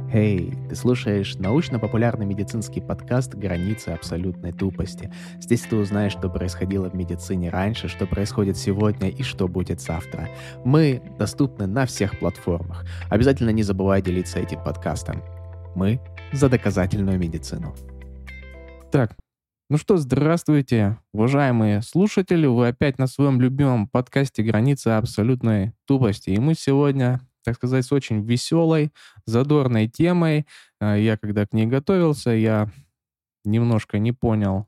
Hey, ты слушаешь научно-популярный медицинский подкаст «Границы абсолютной тупости». Здесь ты узнаешь, что происходило в медицине раньше, что происходит сегодня и что будет завтра. Мы доступны на всех платформах. Обязательно не забывай делиться этим подкастом. Мы за доказательную медицину. Так, ну что, здравствуйте, уважаемые слушатели. Вы опять на своем любимом подкасте «Границы абсолютной тупости». И мы сегодня, так сказать, с очень веселой, задорной темой. Я когда к ней готовился, я немножко не понял,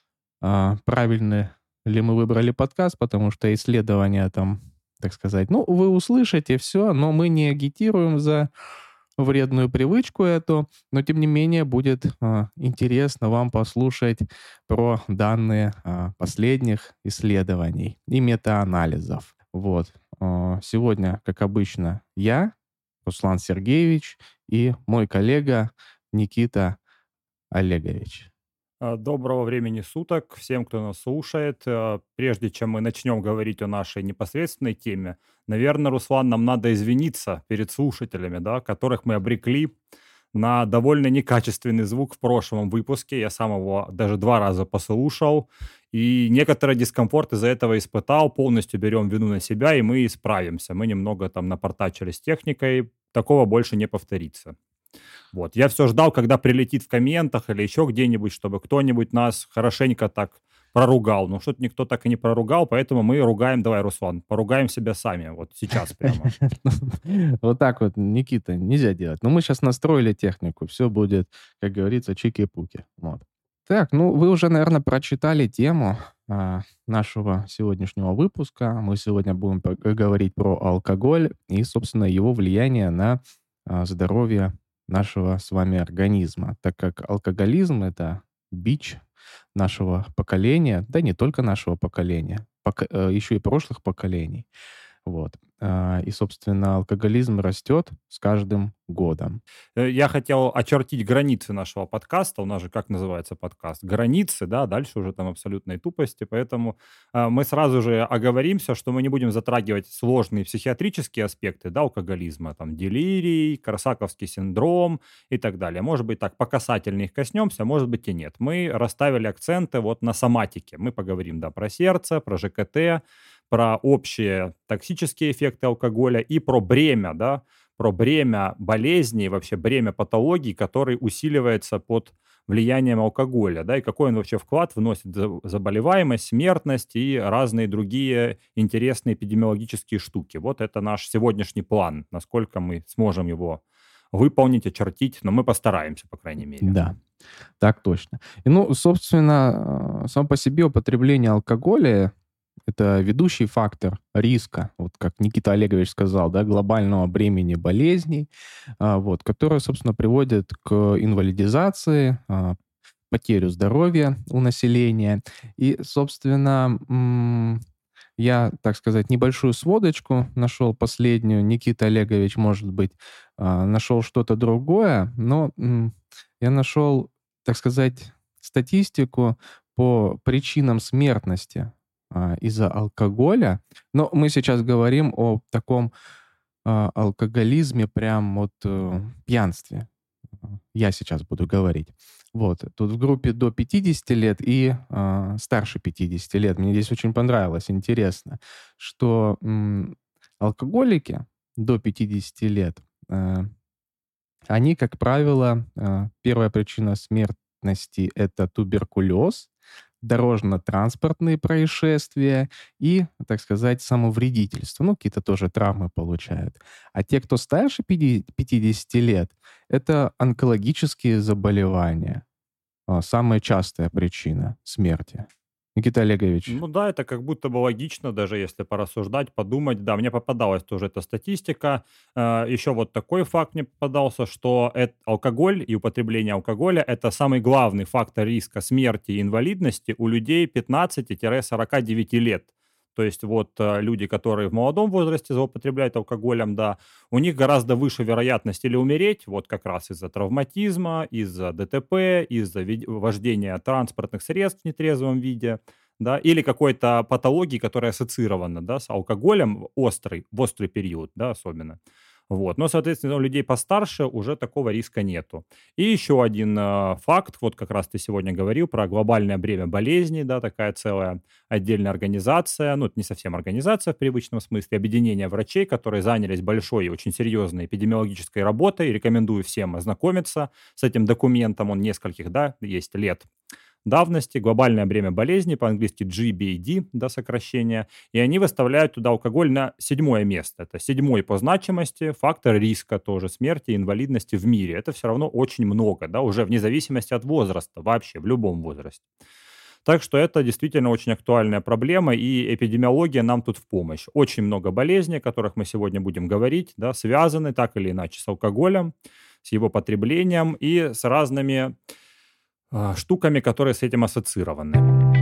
правильно ли мы выбрали подкаст, потому что исследования там, так сказать, ну, вы услышите все, но мы не агитируем за вредную привычку эту, но тем не менее будет интересно вам послушать про данные последних исследований и метаанализов. Вот. Сегодня, как обычно, я, Руслан Сергеевич, и мой коллега Никита Олегович. Доброго времени суток всем, кто нас слушает. Прежде чем мы начнем говорить о нашей непосредственной теме, наверное, Руслан, нам надо извиниться перед слушателями, да, которых мы обрекли на довольно некачественный звук в прошлом выпуске. Я сам его даже 2 раза послушал, и некоторый дискомфорт из-за этого испытал. Полностью берем вину на себя, и мы исправимся. Мы немного там напортачили с техникой. Такого больше не повторится. Вот. Я все ждал, когда прилетит в комментах или еще где-нибудь, чтобы кто-нибудь нас хорошенько так проругал. Но что-то никто так и не проругал, поэтому мы ругаем, давай, Руслан, поругаем себя сами, вот сейчас прямо. Вот так вот, Никита, нельзя делать. Но мы сейчас настроили технику, все будет, как говорится, чики-пуки. Вот. Так, ну вы уже, наверное, прочитали тему нашего сегодняшнего выпуска. Мы сегодня будем говорить про алкоголь и, собственно, его влияние на здоровье нашего с вами организма, так как алкоголизм — это бич нашего поколения, да не только нашего поколения, еще и прошлых поколений. Вот. И, собственно, алкоголизм растет с каждым годом. Я хотел очертить границы нашего подкаста. У нас же как называется подкаст? Границы, да, дальше уже там абсолютной тупости. Поэтому мы сразу же оговоримся, что мы не будем затрагивать сложные психиатрические аспекты, да, алкоголизма, там, делирий, корсаковский синдром и так далее. Может быть, так по касательно их коснемся, может быть и нет. Мы расставили акценты вот на соматике. Мы поговорим, да, про сердце, про ЖКТ, про общие токсические эффекты алкоголя и про бремя, да, про бремя болезней, вообще бремя патологий, который усиливается под влиянием алкоголя, да, и какой он вообще вклад вносит в заболеваемость, смертность и разные другие интересные эпидемиологические штуки. Вот это наш сегодняшний план, насколько мы сможем его выполнить, очертить, но мы постараемся, по крайней мере. Да, так точно. И, ну, собственно, сам по себе употребление алкоголя — это ведущий фактор риска, вот как Никита Олегович сказал, да, глобального бремени болезней, вот, которое, собственно, приводит к инвалидизации, потерю здоровья у населения. И, собственно, я, так сказать, небольшую сводочку нашел последнюю. Никита Олегович, может быть, нашел что-то другое, но я нашел, так сказать, статистику по причинам смертности из-за алкоголя. Но мы сейчас говорим о таком алкоголизме, прям вот пьянстве. Я сейчас буду говорить. Вот. Тут в группе до 50 лет и старше 50 лет. Мне здесь очень понравилось, интересно, что алкоголики до 50 лет, они, как правило, первая причина смертности — это туберкулез, дорожно-транспортные происшествия и, так сказать, самовредительство. Ну, какие-то тоже травмы получают. А те, кто старше 50 лет, это онкологические заболевания. Самая частая причина смерти. Никита Олегович. Ну да, это как будто бы логично, даже если порассуждать, подумать. Да, мне попадалась тоже эта статистика. Еще вот такой факт мне попадался, что алкоголь и употребление алкоголя — это самый главный фактор риска смерти и инвалидности у людей 15-49 лет. То есть вот люди, которые в молодом возрасте злоупотребляют алкоголем, да, у них гораздо выше вероятность или умереть, вот как раз из-за травматизма, из-за ДТП, из-за вождения транспортных средств в нетрезвом виде, да, или какой-то патологии, которая ассоциирована, да, с алкоголем в острый период, да, особенно. Вот. Но, соответственно, у людей постарше уже такого риска нету. И еще один факт, вот как раз ты сегодня говорил про глобальное бремя болезней, да, такая целая отдельная организация, ну, это не совсем организация в привычном смысле, объединение врачей, которые занялись большой и очень серьезной эпидемиологической работой. Рекомендую всем ознакомиться с этим документом, он нескольких, да, есть лет давности, глобальное бремя болезни, по-английски GBAD, да, сокращение, и они выставляют туда алкоголь на 7-е место. Это 7-й по значимости фактор риска тоже смерти и инвалидности в мире. Это все равно очень много, да, уже вне зависимости от возраста, вообще в любом возрасте. Так что это действительно очень актуальная проблема, и эпидемиология нам тут в помощь. Очень много болезней, о которых мы сегодня будем говорить, да, связаны так или иначе с алкоголем, с его потреблением и с разными штуками, которые с этим ассоциированы.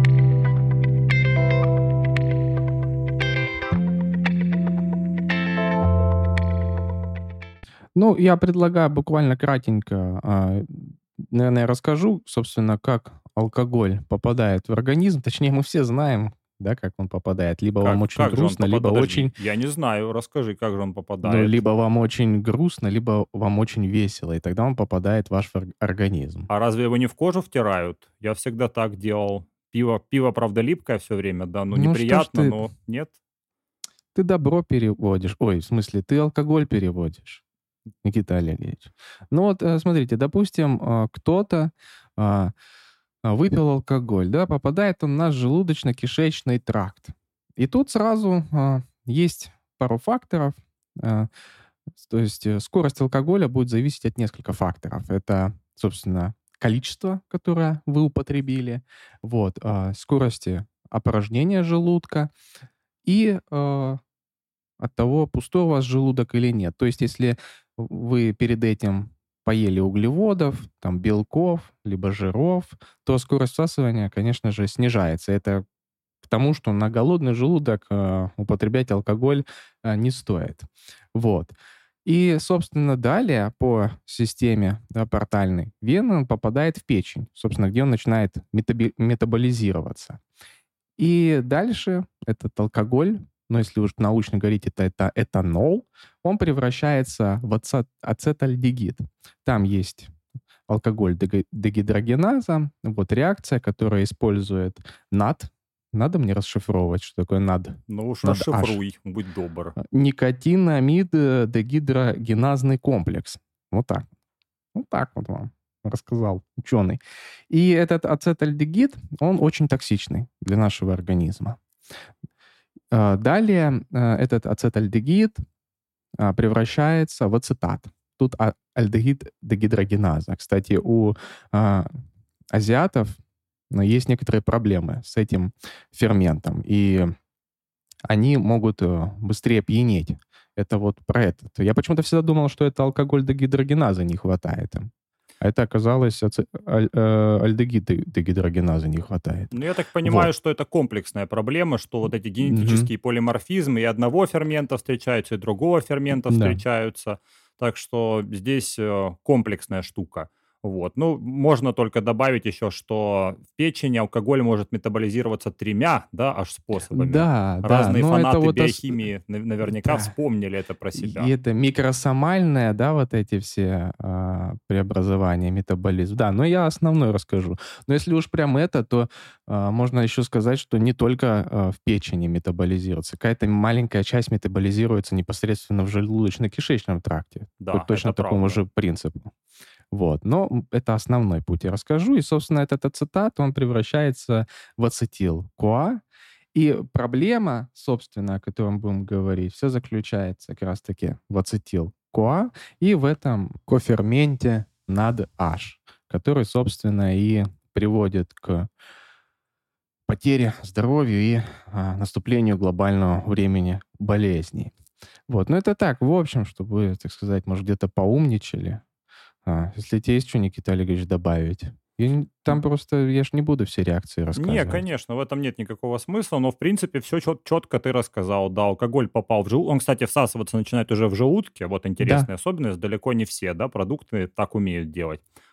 Ну, я предлагаю буквально кратенько, наверное, расскажу, собственно, как алкоголь попадает в организм. Точнее, мы все знаем, да, как он попадает. Либо вам очень Как же он грустно, либо попадает? Подожди, очень, я не знаю, расскажи, как же он ну, попадает. либо вам очень грустно, либо вам очень весело, и тогда он попадает в ваш организм. А разве его не в кожу втирают? Я всегда так делал. Пиво, правда, липкое все время, да, ну Ну что ж неприятно, ты, но нет. ты добро переводишь. Ой, в смысле, ты алкоголь переводишь, Никита Олегович. Ну вот, смотрите, допустим, кто-то а, выпил алкоголь, да, попадает он в наш желудочно-кишечный тракт. И тут сразу есть пару факторов. а, То есть скорость алкоголя будет зависеть от нескольких факторов. Это, собственно, количество, которое вы употребили, вот, скорости опорожнения желудка и от того, пустой у вас желудок или нет. То есть если вы перед этим поели углеводов, там, белков, либо жиров, то скорость всасывания, конечно же, снижается. Это к тому, что на голодный желудок употреблять алкоголь не стоит. Вот. И, собственно, далее по системе, да, портальной вены он попадает в печень, собственно, где он начинает метаболизироваться. И дальше этот алкоголь, ну, если уж научно говорить, это этанол, он превращается в ацетальдегид. Там есть алкоголь дегидрогеназа, вот реакция, которая использует НАД. Надо мне расшифровывать, что такое НАД? Ну уж НАДH. расшифруй, будь добр. Никотинамид дегидрогеназный комплекс. Вот так. Вот так вот вам рассказал ученый. И этот ацетальдегид, он очень токсичный для нашего организма. Далее этот ацетальдегид превращается в ацетат. Тут альдегид дегидрогеназа. Кстати, у азиатов есть некоторые проблемы с этим ферментом, и они могут быстрее пьянеть. Это вот про это. Я почему-то всегда думал, что это алкоголь дегидрогеназы не хватает им. А это оказалось альдегид дегидрогеназы не хватает. Ну, я так понимаю, Вот. что это комплексная проблема, что вот эти Мгм. генетические полиморфизмы и одного фермента встречаются, и другого фермента Да. встречаются. Так что здесь комплексная штука. Вот. Ну, можно только добавить еще, что в печени алкоголь может метаболизироваться 3, да, аж способами. Да, да, Разные но это фанаты вот биохимии наверняка да. вспомнили это про И себя. это микросомальное, да, вот эти все преобразования, метаболизм. Да, но я основной расскажу. Но если уж прям это, то можно еще сказать, что не только в печени метаболизируется. Какая-то маленькая часть метаболизируется непосредственно в желудочно-кишечном тракте. По Да, точно это такому правда. же принципу. Вот. Но это основной путь я расскажу. И, собственно, этот ацетат, он превращается в ацетил-CoA. И проблема, собственно, о которой мы будем говорить, все заключается как раз-таки в ацетил-CoA и в этом коферменте NADH, который, собственно, и приводит к потере здоровья и наступлению глобального времени болезней. Вот. Но это так, в общем, чтобы вы, так сказать, может, где-то поумничали. Если тебе есть что, Никита Олегович, добавить? Там просто я ж не буду все реакции Не, рассказывать. конечно, в этом нет никакого смысла, но в принципе все четко ты рассказал. Да, алкоголь попал в желудок. Он, кстати, всасываться начинает уже в желудке. Вот Да. интересная особенность. Далеко не все, да, продукты так умеют делать.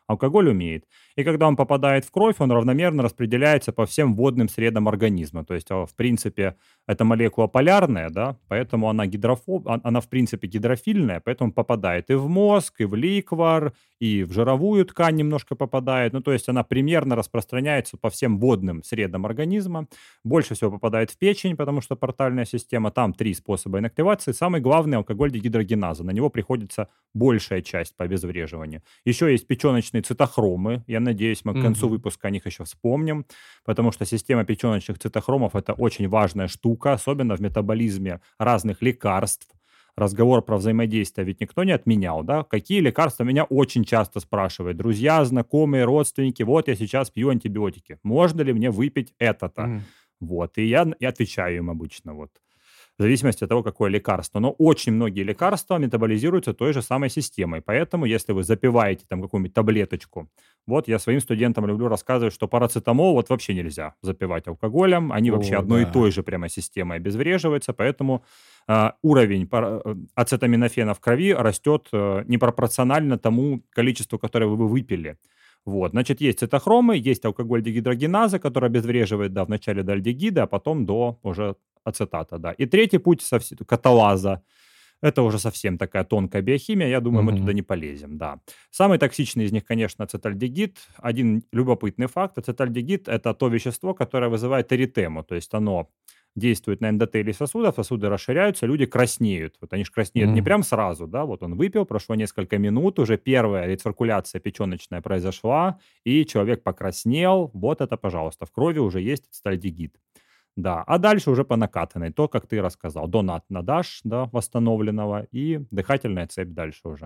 Алкоголь умеет. И когда он попадает в кровь, он равномерно распределяется по всем водным средам организма. То есть, в принципе, эта молекула полярная, да, поэтому она в принципе гидрофильная, поэтому попадает и в мозг, и в ликвор, и в жировую ткань немножко попадает. Ну, то есть она примерно распространяется по всем водным средам организма. Больше всего попадает в печень, потому что портальная система. Там 3 способа инактивации. Самый главный — алкоголь дегидрогеназа. На него приходится большая часть по обезвреживанию. Еще есть печеночные цитохромы. Я надеюсь, мы к концу Мгм. выпуска о них еще вспомним, потому что система печеночных цитохромов — это очень важная штука, особенно в метаболизме разных лекарств. Разговор про взаимодействие ведь никто не отменял, да? Какие лекарства? Меня очень часто спрашивают друзья, знакомые, родственники. Вот я сейчас пью антибиотики. Можно ли мне выпить это-то? Мгм. Вот. И я отвечаю им обычно вот. В зависимости от того, какое лекарство. Но очень многие лекарства метаболизируются той же самой системой. Поэтому, если вы запиваете там какую-нибудь таблеточку, вот я своим студентам люблю рассказывать, что парацетамол вот вообще нельзя запивать алкоголем. Они вообще О, одной и да. той же прямо системой обезвреживаются, поэтому уровень ацетаминофена в крови растет непропорционально тому количеству, которое вы выпили. Вот, значит, есть цитохромы, есть алкоголь дегидрогеназа, который обезвреживает, да, вначале до альдегида, а потом до уже ацетата, да. И третий путь каталаза. Это уже совсем такая тонкая биохимия, я думаю, мы туда Мгм. не полезем, да. Самый токсичный из них, конечно, ацетальдегид. Один любопытный факт: ацетальдегид — это то вещество, которое вызывает эритему, то есть оно действует на эндотелий сосудов, сосуды расширяются, люди краснеют. Вот они же краснеют не М. прям сразу, да, вот он выпил, прошло несколько минут, уже первая рециркуляция печеночная произошла, и человек покраснел. Вот это, пожалуйста, в крови уже есть ацетальдегид. Да, а дальше уже по накатанной, то, как ты рассказал. Донат на дашь, да, восстановленного, и дыхательная цепь дальше уже.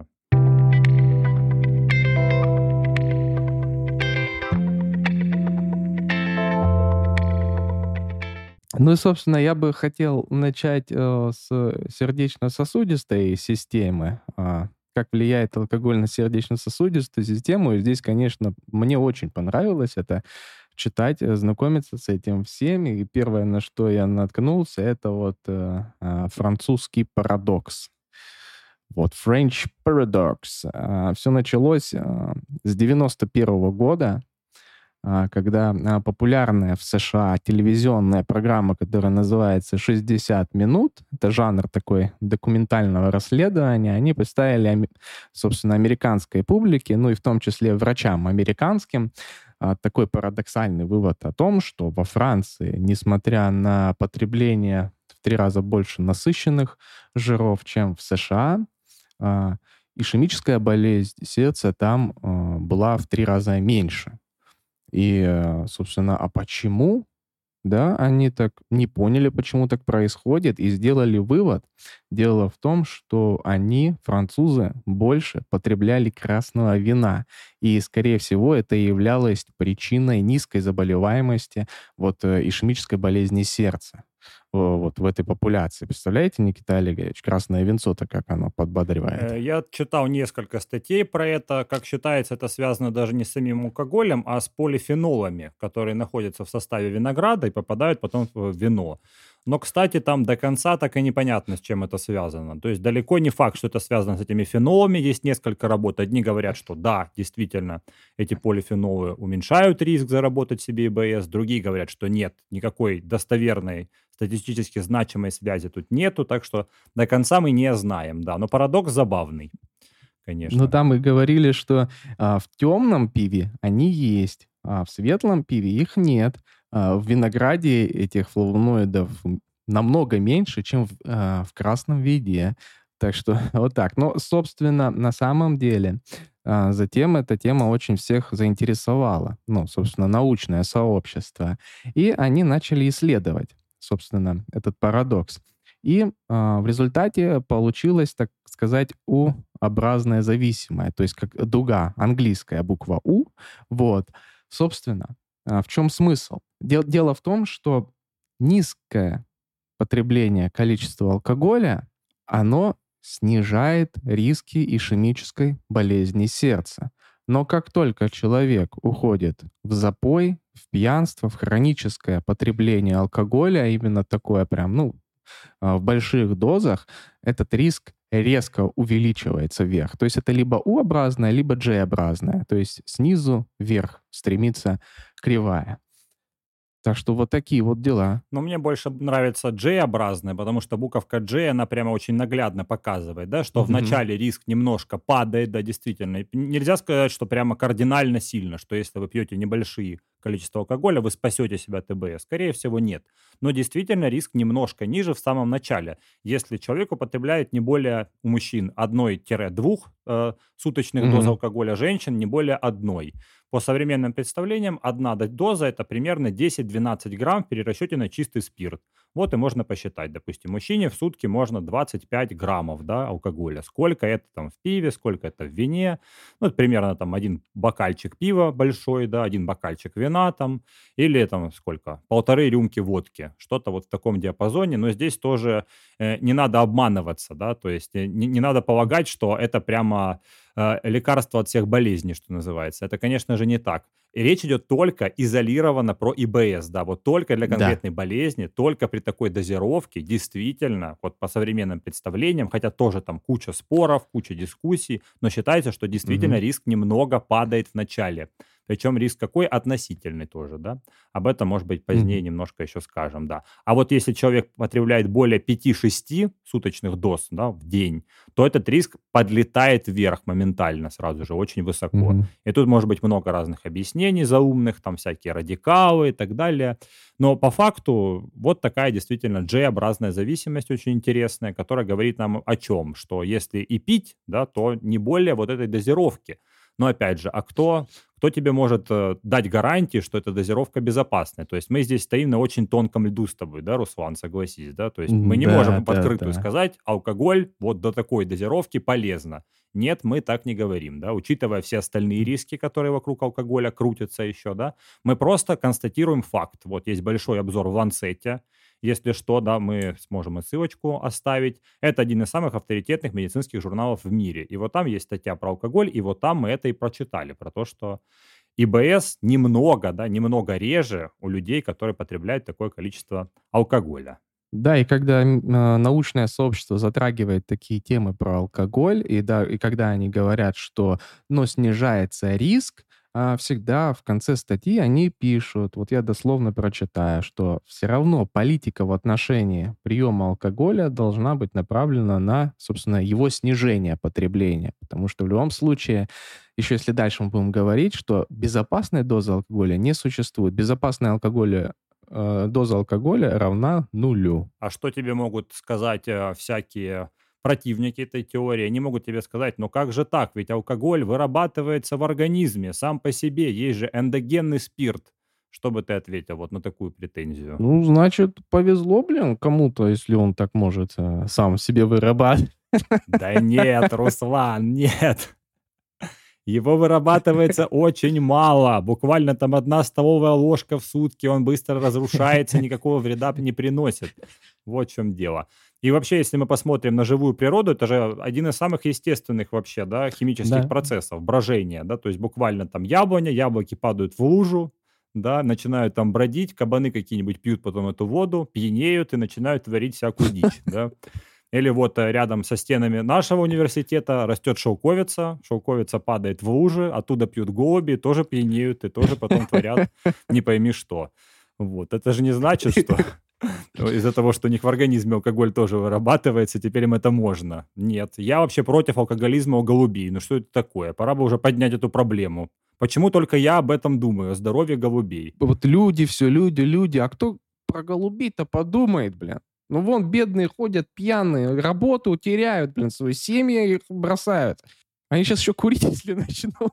Ну и, собственно, я бы хотел начать, с сердечно-сосудистой системы. Как влияет алкоголь на сердечно-сосудистую систему. И здесь, конечно, мне очень понравилось это читать, знакомиться с этим всем. И первое, на что я наткнулся, это вот, французский парадокс. Вот French Paradox. Все началось, с 91 года, когда популярная в США телевизионная программа, которая называется «60 минут», это жанр такой документального расследования, они представили, собственно, американской публике, ну и в том числе врачам американским, такой парадоксальный вывод о том, что во Франции, несмотря на потребление в 3 раза больше насыщенных жиров, чем в США, а, ишемическая болезнь сердца там была в 3 раза меньше. И, собственно, а почему? Да, они так не поняли, почему так происходит, и сделали вывод. Дело в том, что они, французы, больше потребляли красного вина. И, скорее всего, это и являлось причиной низкой заболеваемости вот, ишемической болезни сердца. Вот в этой популяции. Представляете, Никита Олегович, красное винцо-то как оно подбодривает? Я читал несколько статей про это. Как считается, это связано даже не с самим алкоголем, а с полифенолами, которые находятся в составе винограда и попадают потом в вино. Но, кстати, там до конца так и непонятно, с чем это связано. То есть далеко не факт, что это связано с этими фенолами. Есть несколько работ. Одни говорят, что да, действительно, эти полифенолы уменьшают риск заработать себе ИБС. Другие говорят, что нет, никакой достоверной статистически значимой связи тут нету. Так что до конца мы не знаем, да. Но парадокс забавный, Ну, конечно. там и говорили, что, в темном пиве они есть, а в светлом пиве их нет. В винограде этих флавоноидов намного меньше, чем в красном вине. Так что вот так. Но, собственно, на самом деле, затем эта тема очень всех заинтересовала. Ну, собственно, научное сообщество. И они начали исследовать, собственно, этот парадокс. И, в результате получилось, так сказать, У-образное зависимое, то есть как дуга, английская буква У. Вот. Собственно, в чем смысл? Дело в том, что низкое потребление количества алкоголя, оно снижает риски ишемической болезни сердца. Но как только человек уходит в запой, в пьянство, в хроническое потребление алкоголя, именно такое прям, ну, в больших дозах, этот риск резко увеличивается вверх. То есть это либо U-образная, либо J-образная. То есть снизу вверх стремится кривая. Так что вот такие вот дела. Но мне больше нравится J-образная, потому что буковка J, она прямо очень наглядно показывает, да, что в Мгм. начале риск немножко падает, да, действительно. И нельзя сказать, что прямо кардинально сильно, что если вы пьете небольшие количество алкоголя, вы спасете себя от ТБС. Скорее всего, нет. Но действительно риск немножко ниже в самом начале. Если человек употребляет не более у мужчин 1-2 суточных доз Мгм. алкоголя, женщин не более одной. По современным представлениям, одна доза – это примерно 10-12 грамм в перерасчете на чистый спирт. Вот и можно посчитать, допустим, мужчине в сутки можно 25 граммов, да, алкоголя. Сколько это там в пиве, сколько это в вине. Ну, это примерно там один бокальчик пива большой, да, один бокальчик вина там, или там сколько, 1,5 рюмки водки. Что-то вот в таком диапазоне, но здесь тоже не надо обманываться, да, то есть не надо полагать, что это прямо лекарство от всех болезней, что называется. Это, конечно же, не так. И речь идет только изолированно про ИБС, да, вот только для Да. конкретной болезни, только при такой дозировке, действительно, вот по современным представлениям, хотя тоже там куча споров, куча дискуссий, но считается, что действительно Мгм. риск немного падает в начале. Причем риск какой? Относительный тоже, да. Об этом, может быть, позднее Мгм. немножко еще скажем, да. А вот если человек потребляет более 5-6 суточных доз, да, в день, то этот риск подлетает вверх моментально сразу же, очень высоко. Мгм. И тут может быть много разных объяснений заумных, там всякие радикалы и так далее. Но по факту вот такая действительно J-образная зависимость очень интересная, которая говорит нам о чем? Что если и пить, да, то не более вот этой дозировки. Но опять же, а кто тебе может дать гарантии, что эта дозировка безопасная? То есть мы здесь стоим на очень тонком льду с тобой, да, Руслан, согласись, да? То есть мы не Да, можем в да, открытую да. сказать, алкоголь вот до такой дозировки полезно. Нет, мы так не говорим, да, учитывая все остальные риски, которые вокруг алкоголя крутятся еще, да, мы просто констатируем факт. Вот есть большой обзор в Ланцете, если что, да, мы сможем и ссылочку оставить. Это один из самых авторитетных медицинских журналов в мире. И вот там есть статья про алкоголь, и вот там мы это и прочитали, про то, что ИБС немного, да, немного реже у людей, которые потребляют такое количество алкоголя. Да, и когда научное сообщество затрагивает такие темы про алкоголь, и да, и когда они говорят, что, ну, снижается риск, всегда в конце статьи они пишут, вот я дословно прочитаю, что все равно политика в отношении приема алкоголя должна быть направлена на, собственно, его снижение потребления. Потому что в любом случае, еще если дальше мы будем говорить, что безопасной дозы алкоголя не существует. Безопасная доза алкоголя равна нулю. А что тебе могут сказать всякие противники этой теории? Они могут тебе сказать, ну как же так? Ведь алкоголь вырабатывается в организме сам по себе, есть же эндогенный спирт. Что бы ты ответил вот на такую претензию? Ну, значит, повезло, блин, кому-то, если он так может сам себе вырабатывать. Да нет, Руслан, нет. Его вырабатывается очень мало, буквально там 1 столовая ложка в сутки, он быстро разрушается, никакого вреда не приносит. Вот в чем дело. И вообще, если мы посмотрим на живую природу, это же один из самых естественных вообще, да, химических Да. процессов, брожения, да, то есть буквально там яблоня, яблоки падают в лужу, да, начинают там бродить, кабаны какие-нибудь пьют потом эту воду, пьянеют и начинают творить всякую дичь, да. Или вот рядом со стенами нашего университета растет шелковица, шелковица падает в лужи, оттуда пьют голуби, тоже пьянеют и тоже потом творят не пойми что. Вот. Это же не значит, что из-за того, что у них в организме алкоголь тоже вырабатывается, теперь им это можно. Нет. Я вообще против алкоголизма у голубей. Ну что это такое? Пора бы уже поднять эту проблему. Почему только я об этом думаю, о здоровье голубей? Вот люди, все люди, люди. А кто про голубей-то подумает, блин? Ну, вон бедные ходят пьяные, работу теряют, блин, свои семьи их бросают. Они сейчас еще курить, если начнут.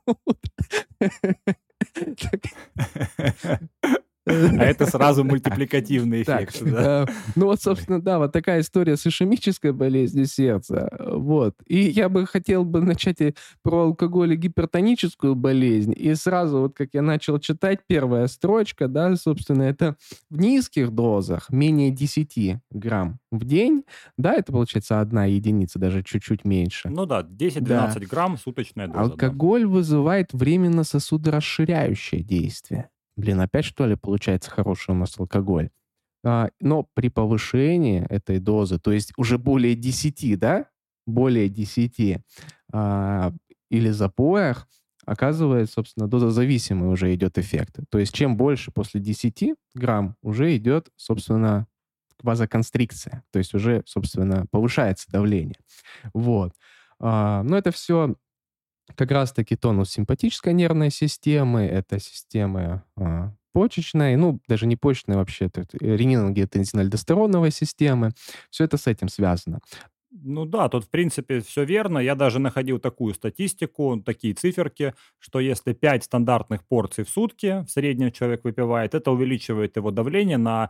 А это сразу мультипликативный Так, эффект, да? ну вот, собственно, да, вот такая история с ишемической болезнью сердца. Вот. И я бы хотел бы начать про алкоголь и гипертоническую болезнь. И сразу, вот как я начал читать, первая строчка, да, собственно, это в низких дозах, менее 10 грамм в день, да, это получается 1 единица, даже чуть-чуть меньше. Ну да, Да. 10-12 грамм суточная доза, да. Алкоголь вызывает временно сосудорасширяющее действие. Блин, опять что ли получается хороший у нас алкоголь? Но при повышении этой дозы, то есть уже более 10, да? более 10 а, или запоях, оказывается, собственно, дозозависимый уже идет эффект. То есть чем больше после 10 грамм уже идет, собственно, вазоконстрикция. То есть уже, собственно, повышается давление. Вот. Но это все как раз-таки тонус симпатической нервной системы, это системы почечной, ну, даже не почечной вообще, это ренин-ангиотензин-альдостероновой системы. Все это с этим связано. Ну да, тут в принципе все верно. Я даже находил такую статистику, такие циферки, что если 5 стандартных порций в сутки в среднем человек выпивает, это увеличивает его давление на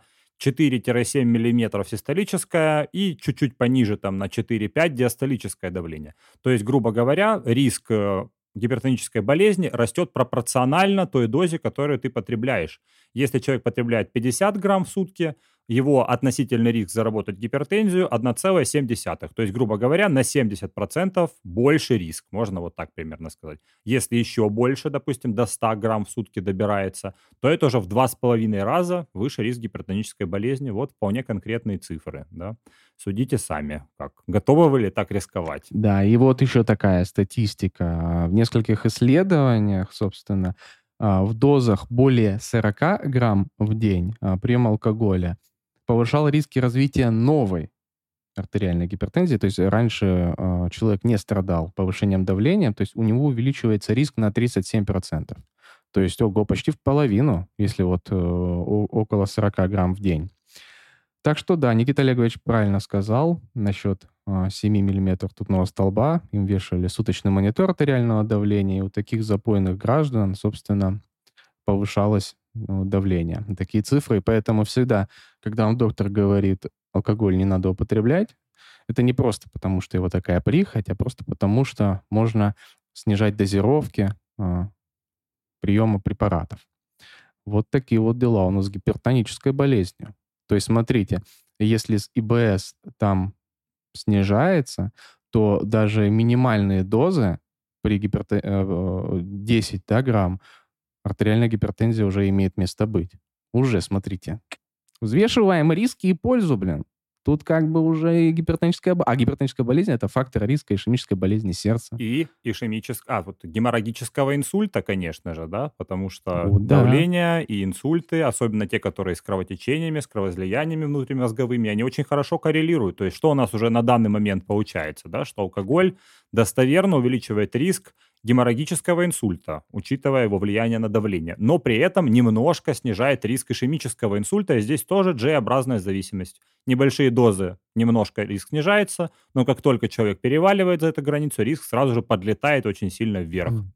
4-7 миллиметров систолическое и чуть-чуть пониже там на 4-5 диастолическое давление. То есть, грубо говоря, риск гипертонической болезни растет пропорционально той дозе, которую ты потребляешь. Если человек потребляет 50 грамм в сутки, его относительный риск заработать гипертензию 1,7. То есть, грубо говоря, на 70% больше риск. Можно вот так примерно сказать. Если еще больше, допустим, до 100 грамм в сутки добирается, то это уже в 2,5 раза выше риск гипертонической болезни. Вот вполне конкретные цифры. Да? Судите сами, как. Готовы вы ли так рисковать? Да, и вот еще такая статистика. В нескольких исследованиях, собственно, в дозах более 40 грамм в день прием алкоголя повышал риски развития новой артериальной гипертензии. То есть раньше человек не страдал повышением давления, то есть у него увеличивается риск на 37%. То есть, ого, почти в половину, если вот около 40 грамм в день. Так что да, Никита Олегович правильно сказал насчет 7 миллиметров ртутного столба. Им вешали суточный монитор артериального давления, и у таких запойных граждан, собственно, повышалось давление. Такие цифры. И поэтому всегда, когда вам доктор говорит, алкоголь не надо употреблять, это не просто потому, что его такая прихоть, а просто потому, что можно снижать дозировки приема препаратов. Вот такие вот дела у нас с гипертонической болезнью. То есть смотрите, если с ИБС там снижается, то даже минимальные дозы при 10 да, грамм артериальная гипертензия уже имеет место быть. Уже, смотрите. Взвешиваем риски и пользу, блин. Тут как бы уже и гипертоническая... А гипертоническая болезнь — это фактор риска ишемической болезни сердца. И вот геморрагического инсульта, конечно же, да, потому что Вот, да. давление и инсульты, особенно те, которые с кровотечениями, с кровоизлияниями внутримозговыми, они очень хорошо коррелируют. То есть что у нас уже на данный момент получается, да, что алкоголь достоверно увеличивает риск геморрагического инсульта, учитывая его влияние на давление, но при этом немножко снижает риск ишемического инсульта, и здесь тоже J-образная зависимость. Небольшие дозы, немножко риск снижается, но как только человек переваливает за эту границу, риск сразу же подлетает очень сильно вверх.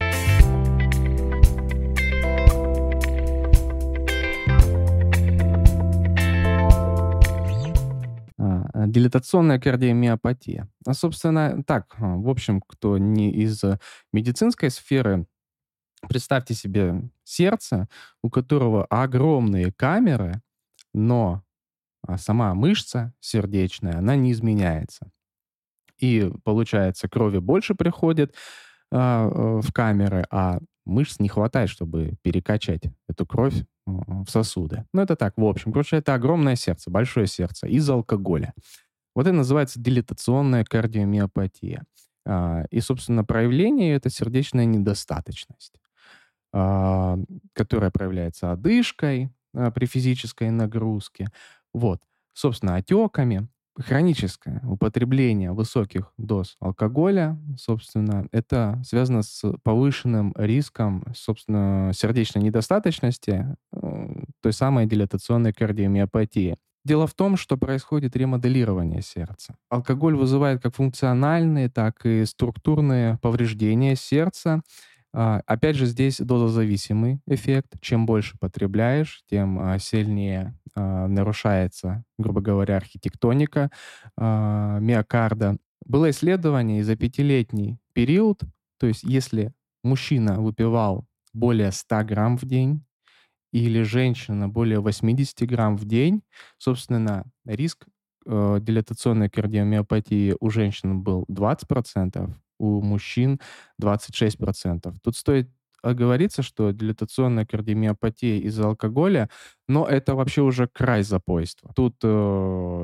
Дилатационная кардиомиопатия. Собственно, так, в общем, кто не из медицинской сферы, представьте себе сердце, у которого огромные камеры, но сама мышца сердечная, она не изменяется. И, получается, крови больше приходит в камеры, а мышц не хватает, чтобы перекачать эту кровь в сосуды. Ну, это так, в общем. Короче, это огромное сердце, большое сердце из-за алкоголя. Вот это называется дилатационная кардиомиопатия. И, собственно, проявление — это сердечная недостаточность, а, которая проявляется одышкой при физической нагрузке. Вот. Собственно, отеками. Хроническое употребление высоких доз алкоголя, собственно, это связано с повышенным риском, собственно, сердечной недостаточности, той самой дилатационной кардиомиопатии. Дело в том, что происходит ремоделирование сердца. Алкоголь вызывает как функциональные, так и структурные повреждения сердца. Опять же, здесь дозозависимый эффект. Чем больше потребляешь, тем сильнее нарушается, грубо говоря, архитектоника миокарда. Было исследование и за 5-летний период, то есть если мужчина выпивал более 100 грамм в день или женщина более 80 грамм в день, собственно, риск дилатационной кардиомиопатии у женщин был 20%, у мужчин 26%. Тут стоит оговориться, что дилатационная кардиомиопатия из-за алкоголя, но это вообще уже край запойства. Тут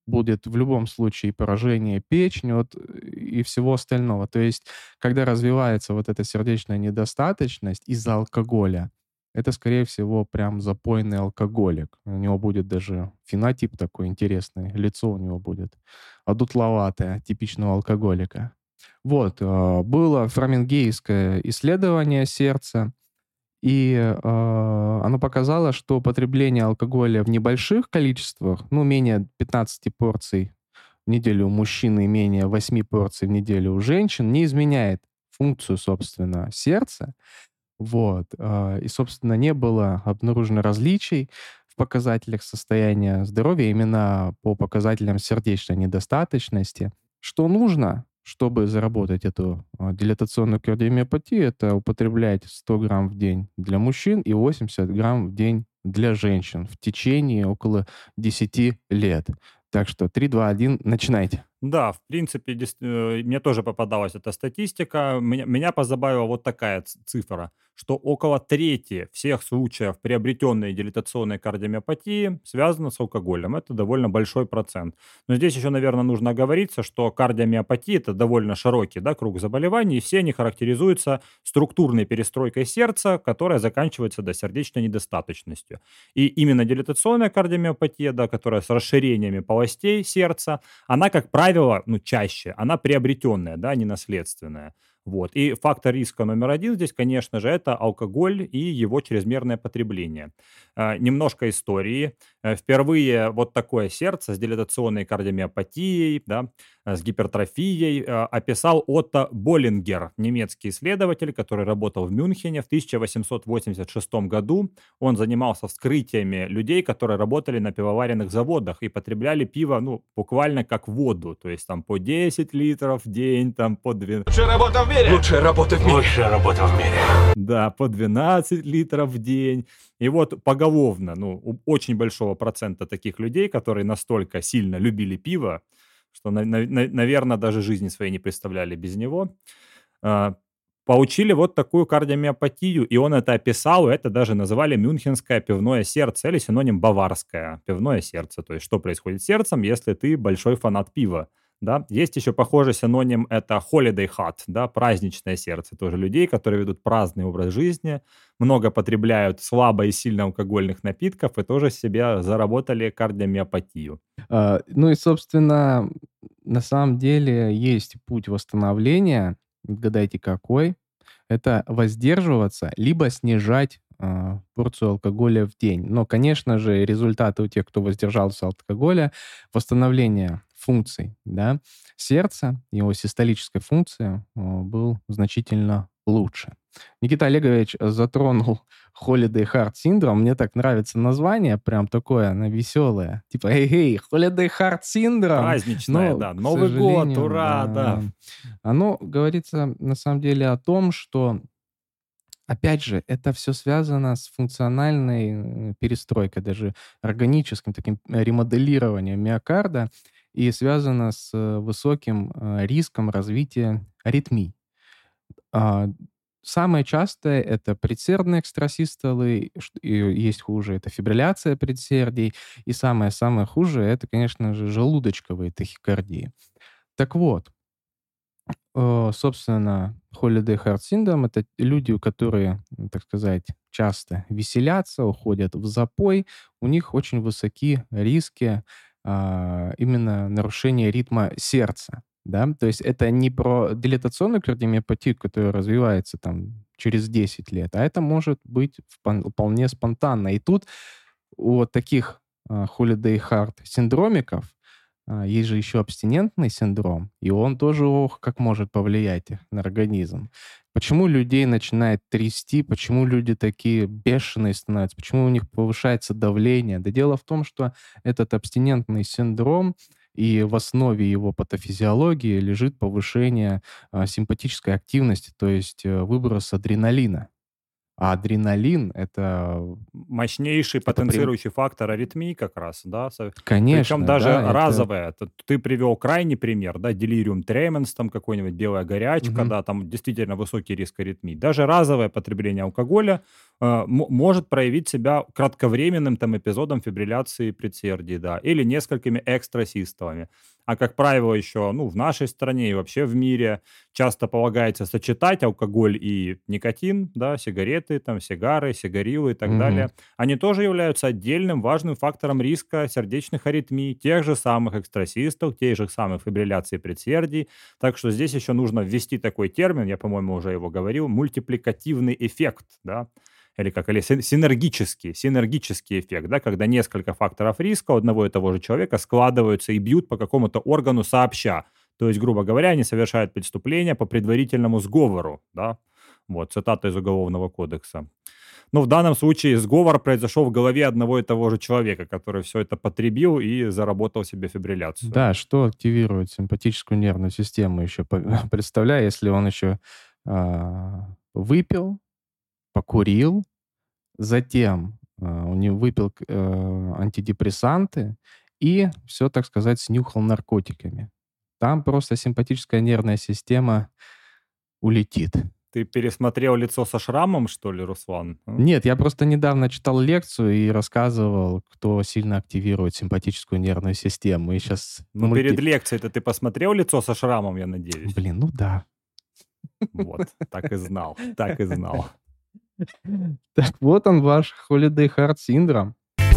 будет в любом случае поражение печени и всего остального. То есть, когда развивается вот эта сердечная недостаточность из-за алкоголя, это, скорее всего, прям запойный алкоголик. У него будет даже фенотип такой интересный, лицо у него будет одутловатое, типичного алкоголика. Вот, было фрамингейское исследование сердца, и оно показало, что употребление алкоголя в небольших количествах, ну, менее 15 порций в неделю у мужчин и менее 8 порций в неделю у женщин, не изменяет функцию, собственно, сердца. Вот. И, собственно, не было обнаружено различий в показателях состояния здоровья именно по показателям сердечной недостаточности. Что нужно, чтобы заработать эту дилатационную кардиомиопатию, это употреблять 100 грамм в день для мужчин и 80 грамм в день для женщин в течение около 10 лет. Так что 3, 2, 1, начинайте. Да, в принципе, мне тоже попадалась эта статистика. Меня позабавила вот такая цифра, что около трети всех случаев приобретенной дилатационной кардиомиопатии связано с алкоголем. Это довольно большой процент. Но здесь еще, наверное, нужно оговориться, что кардиомиопатия — это довольно широкий, да, круг заболеваний, и все они характеризуются структурной перестройкой сердца, которая заканчивается, да, сердечной недостаточностью. И именно дилатационная кардиомиопатия, да, которая с расширениями полостей сердца, она, как правило, ну, чаще, она приобретенная, да, не наследственная. Вот. И фактор риска номер один здесь, конечно же, это алкоголь и его чрезмерное потребление. Немножко истории. Впервые вот такое сердце с дилатационной кардиомиопатией, да, с гипертрофией описал Отто Боллингер, немецкий исследователь, который работал в Мюнхене в 1886 году. Он занимался вскрытиями людей, которые работали на пивоваренных заводах и потребляли пиво, ну, буквально как воду, то есть там по 10 литров в день, там по 12... Лучшая работа в мире! Лучшая работа в мире! Лучшая работа в мире! Да, по 12 литров в день. И вот поголовно, ну, у очень большого процента таких людей, которые настолько сильно любили пиво, что, наверное, даже жизни своей не представляли без него, а, получили вот такую кардиомиопатию, и он это описал, и это даже называли мюнхенское пивное сердце или синоним баварское пивное сердце. То есть что происходит с сердцем, если ты большой фанат пива. Да? Есть еще похожий синоним, это holiday heart, да, праздничное сердце, тоже людей, которые ведут праздный образ жизни, много потребляют слабо и сильно алкогольных напитков и тоже себе заработали кардиомиопатию. Ну и, собственно, на самом деле есть путь восстановления. Отгадайте, какой? Это воздерживаться, либо снижать порцию алкоголя в день. Но, конечно же, результаты у тех, кто воздержался от алкоголя, восстановление функций, да, сердца, его систолической функции был значительно лучше. Никита Олегович затронул Holiday Heart Syndrome. Мне так нравится название, прям такое, оно веселое. Типа, эй, Holiday Heart Syndrome. Праздничное, Но, да. к Новый год, сожалению, ура, да. оно говорится на самом деле о том, что, опять же, это все связано с функциональной перестройкой, даже органическим таким ремоделированием миокарда и связано с высоким риском развития аритмий. А, Самое частое — это предсердные экстрасистолы, и есть хуже — это фибрилляция предсердий, и самое-самое хуже — это, конечно же, желудочковые тахикардии. Так вот, собственно, Holiday Heart Syndrome — это люди, которые, так сказать, часто веселятся, уходят в запой, у них очень высоки риски именно нарушения ритма сердца, да. То есть это не про дилатационную кардиомиопатию, которая развивается там через 10 лет, а это может быть вполне спонтанно. И тут у вот таких Holiday Heart синдромиков есть же еще абстинентный синдром, и он тоже, ох, как может повлиять на организм. Почему людей начинает трясти, почему люди такие бешеные становятся, почему у них повышается давление? Да дело в том, что этот абстинентный синдром, и в основе его патофизиологии лежит повышение симпатической активности, то есть выброс адреналина. А адреналин — это Мощнейший прям... потенцирующий фактор аритмии как раз, да. Причем Конечно, даже да, это... разовое. Ты привел крайний пример, да, делириум тременс, там какой-нибудь белая горячка, Мгм. да, там действительно высокий риск аритмии. Даже разовое потребление алкоголя может проявить себя кратковременным там эпизодом фибрилляции предсердий, да, или несколькими экстрасистолами. А как правило еще, ну, в нашей стране и вообще в мире часто полагается сочетать алкоголь и никотин, да, сигареты, там, сигары, сигарилы и так Мгм. далее. Они тоже являются отдельным важным фактором риска сердечных аритмий, тех же самых экстрасистол, тех же самых фибрилляций предсердий. Так что здесь еще нужно ввести такой термин, я, по-моему, уже его говорил, мультипликативный эффект, да, или синергический эффект, да, когда несколько факторов риска у одного и того же человека складываются и бьют по какому-то органу сообща. То есть, грубо говоря, они совершают преступление по предварительному сговору, да. Вот, цитата из Уголовного кодекса. Но в данном случае сговор произошел в голове одного и того же человека, который все это потребил и заработал себе фибрилляцию. Да, что активирует симпатическую нервную систему еще? Представляю, если он еще выпил, покурил, затем у него выпил антидепрессанты и все, так сказать, снюхал наркотиками. Там просто симпатическая нервная система улетит. Ты пересмотрел «Лицо со шрамом», что ли, Руслан? Нет, я просто недавно читал лекцию и рассказывал, кто сильно активирует симпатическую нервную систему. И сейчас... Ну, перед лекцией-то ты посмотрел «Лицо со шрамом», я надеюсь? Блин, ну да. Вот, так и знал, так и знал. Так вот он, ваш Holiday Heart Syndrome.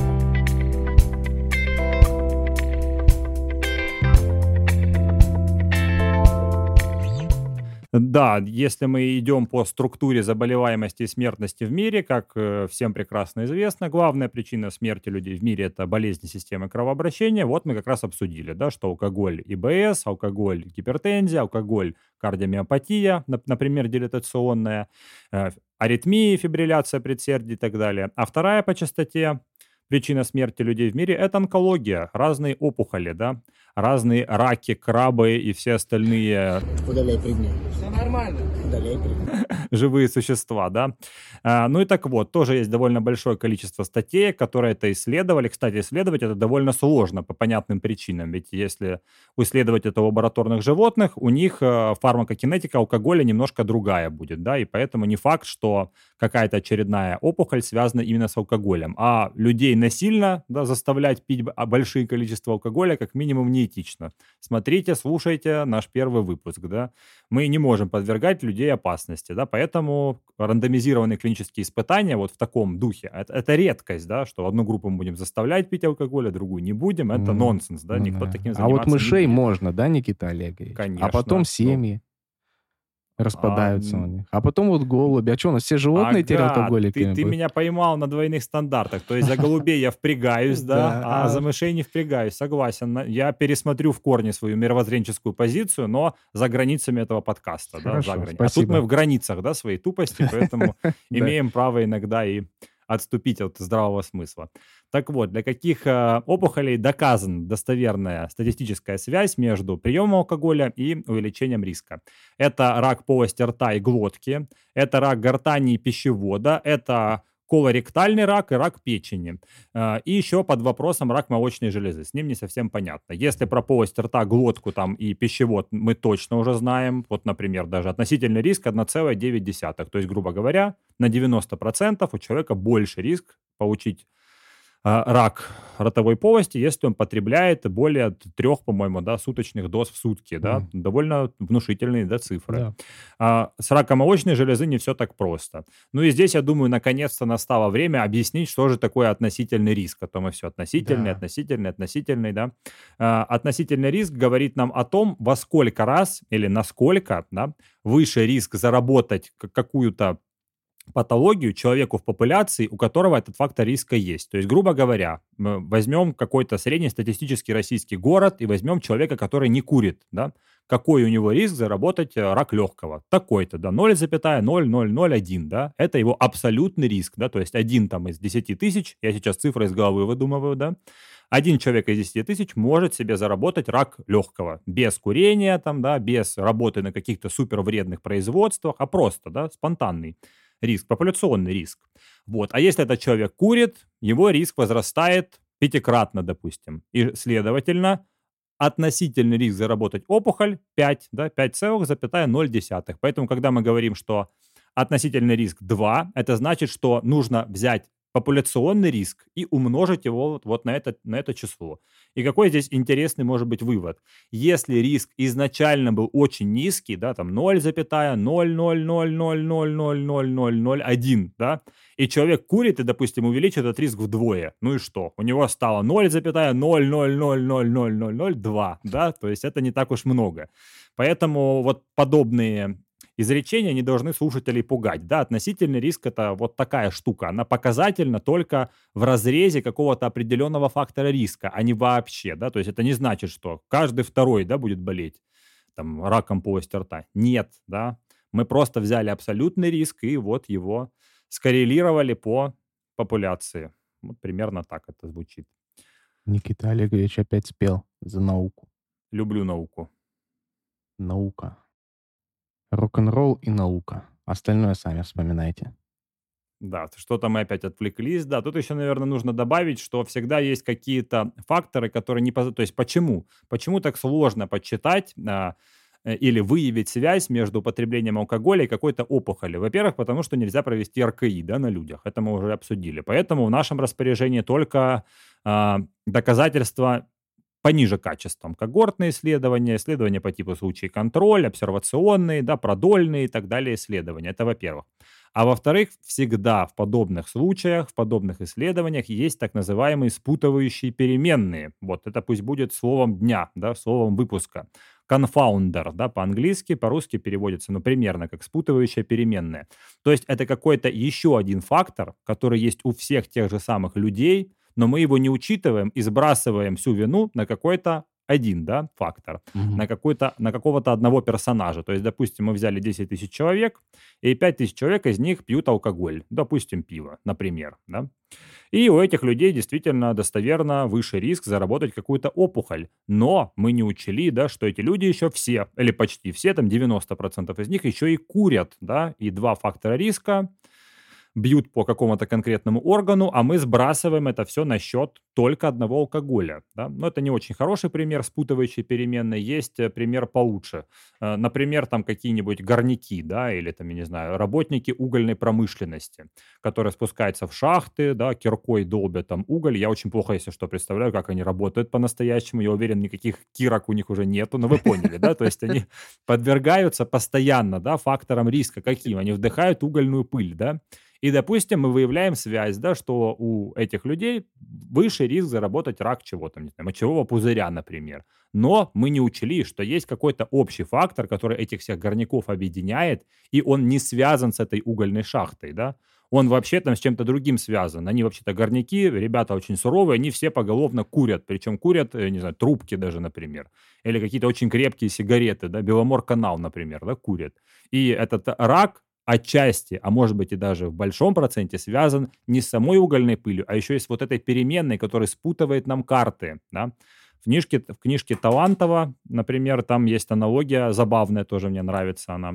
Да, если мы идем по структуре заболеваемости и смертности в мире, как всем прекрасно известно, главная причина смерти людей в мире — это болезни системы кровообращения. Вот мы как раз обсудили, да, что алкоголь ИБС, алкоголь гипертензия, алкоголь кардиомиопатия, например, дилатационная, аритмии, фибрилляция предсердий и так далее. А вторая по частоте причина смерти людей в мире — это онкология, разные опухоли, да, разные раки, крабы и все остальные... Удаляй предмет. Все нормально. Удаляй предмет. Живые существа, да. Ну и так вот, тоже есть довольно большое количество статей, которые это исследовали. Кстати, исследовать это довольно сложно по понятным причинам, ведь если исследовать это у лабораторных животных, у них фармакокинетика алкоголя немножко другая будет, да, и поэтому не факт, что какая-то очередная опухоль связана именно с алкоголем. А людей насильно, да, заставлять пить большие количества алкоголя как минимум неэтично. Смотрите, слушайте наш первый выпуск, да. Мы не можем подвергать людей опасности, да, поэтому рандомизированные клинические испытания вот в таком духе, это редкость, да, что одну группу мы будем заставлять пить алкоголь, а другую не будем, это нонсенс, да, Ну никто да. таким А вот заниматься не мышей будет. можно, да, Никита Олегович? Конечно. А потом Ну, семьи распадаются у них. А потом вот голуби. А что, у нас все животные теперь ага, алкоголиками ты будут? меня поймал на двойных стандартах. То есть за голубей я впрягаюсь, да, Да, а а- за мышей не впрягаюсь. Согласен. Я пересмотрю в корне свою мировоззренческую позицию, но за границами этого подкаста, да, за Хорошо, границей. А тут спасибо. мы в границах, да, своей тупости, поэтому Да. имеем право иногда и отступить от здравого смысла. Так вот, для каких опухолей доказана достоверная статистическая связь между приемом алкоголя и увеличением риска? Это рак полости рта и глотки, это рак гортани и пищевода, это колоректальный рак и рак печени. И еще под вопросом рак молочной железы. С ним не совсем понятно. Если про полость рта, глотку там и пищевод мы точно уже знаем, вот, например, даже относительный риск 1,9. То есть, грубо говоря, на 90% у человека больше риск получить рак ротовой полости, если он потребляет более 3, по-моему, да, суточных доз в сутки, да, довольно внушительные, да, цифры. Да. С раком молочной железы не все так просто. Ну и здесь, я думаю, наконец-то настало время объяснить, что же такое относительный риск. А то мы все относительный, Да. относительный, да. Относительный риск говорит нам о том, во сколько раз или насколько, да, выше риск заработать какую-то патологию человеку в популяции, у которого этот фактор риска есть. То есть, грубо говоря, мы возьмем какой-то среднестатистический российский город и возьмем человека, который не курит, да, какой у него риск заработать рак легкого? Такой-то, да, 0,0001, да, это его абсолютный риск, да, то есть 1 там из 10 тысяч, я сейчас цифры из головы выдумываю, да, 1 человек из 10 тысяч может себе заработать рак легкого, без курения там, да, без работы на каких-то супервредных производствах, а просто, да, спонтанный. риск, популяционный риск. Вот. А если этот человек курит, его риск возрастает 5-кратно, допустим. И, следовательно, относительный риск заработать опухоль 5, да, 5,0. Поэтому, когда мы говорим, что относительный риск 2, это значит, что нужно взять популяционный риск и умножить его вот на это число. И какой здесь интересный может быть вывод? Если риск изначально был очень низкий, да, там 0,000000001, да, и человек курит и, допустим, увеличит этот риск вдвое, ну и что? У него стало 0,0000002, да, то есть это не так уж много. Поэтому вот подобные изречения не должны слушателей пугать. Да, относительный риск – это вот такая штука. Она показательна только в разрезе какого-то определенного фактора риска, а не вообще. Да? То есть это не значит, что каждый второй, да, будет болеть там, раком полости рта. Нет. Да? Мы просто взяли абсолютный риск и вот его скоррелировали по популяции. Вот примерно так это звучит. Никита Олегович опять спел за науку. Люблю науку. Наука. Рок-н-ролл и наука. Остальное сами вспоминайте. Да, что-то мы опять отвлеклись. Да, тут еще, наверное, нужно добавить, что всегда есть какие-то факторы, которые не... То есть почему? Почему так сложно подсчитать или выявить связь между употреблением алкоголя и какой-то опухолью? Во-первых, потому что нельзя провести РКИ, да, на людях. Это мы уже обсудили. Поэтому в нашем распоряжении только доказательства пониже качеством. Когортные исследования, исследования по типу случай контроль, обсервационные, да, продольные и так далее исследования. Это во-первых. А во-вторых, всегда в подобных случаях, в подобных исследованиях есть так называемые спутывающие переменные. Вот это пусть будет словом дня, да, словом выпуска. Confounder, да, по-английски, по-русски переводится, ну, примерно как спутывающая переменная. То есть это какой-то еще один фактор, который есть у всех тех же самых людей, но мы его не учитываем и сбрасываем всю вину на какой-то один, да, фактор, на какого-то одного персонажа. То есть, допустим, мы взяли 10 тысяч человек, и 5 тысяч человек из них пьют алкоголь, допустим, пиво, например, да. И у этих людей действительно достоверно выше риск заработать какую-то опухоль. Но мы не учли, да, что эти люди еще все, или почти все, там 90% из них еще и курят, да, и два фактора риска бьют по какому-то конкретному органу, а мы сбрасываем это все на счет только одного алкоголя. Да? Но это не очень хороший пример спутывающей переменной. Есть пример получше. Например, там какие-нибудь горняки, да, или там, я не знаю, работники угольной промышленности, которые спускаются в шахты, да, киркой долбят там уголь. Я очень плохо, если что, представляю, как они работают по-настоящему. Я уверен, никаких кирок у них уже нету, но вы поняли, да? То есть они подвергаются постоянно, да, факторам риска. Каким? Они вдыхают угольную пыль, да? И, допустим, мы выявляем связь, да, что у этих людей выше риск заработать рак чего-то, не знаю, мочевого пузыря, например. Но мы не учли, что есть какой-то общий фактор, который этих всех горняков объединяет, и он не связан с этой угольной шахтой, да. Он вообще там с чем-то другим связан. Они вообще-то горняки, ребята очень суровые, они все поголовно курят. Причем курят, не знаю, трубки даже, например. Или какие-то очень крепкие сигареты, да, Беломорканал, например, да, курят. И этот рак отчасти, а может быть и даже в большом проценте связан не с самой угольной пылью, а еще и с вот этой переменной, которая спутывает нам карты. Да? В книжке Талантова, например, там есть аналогия забавная, тоже мне нравится она,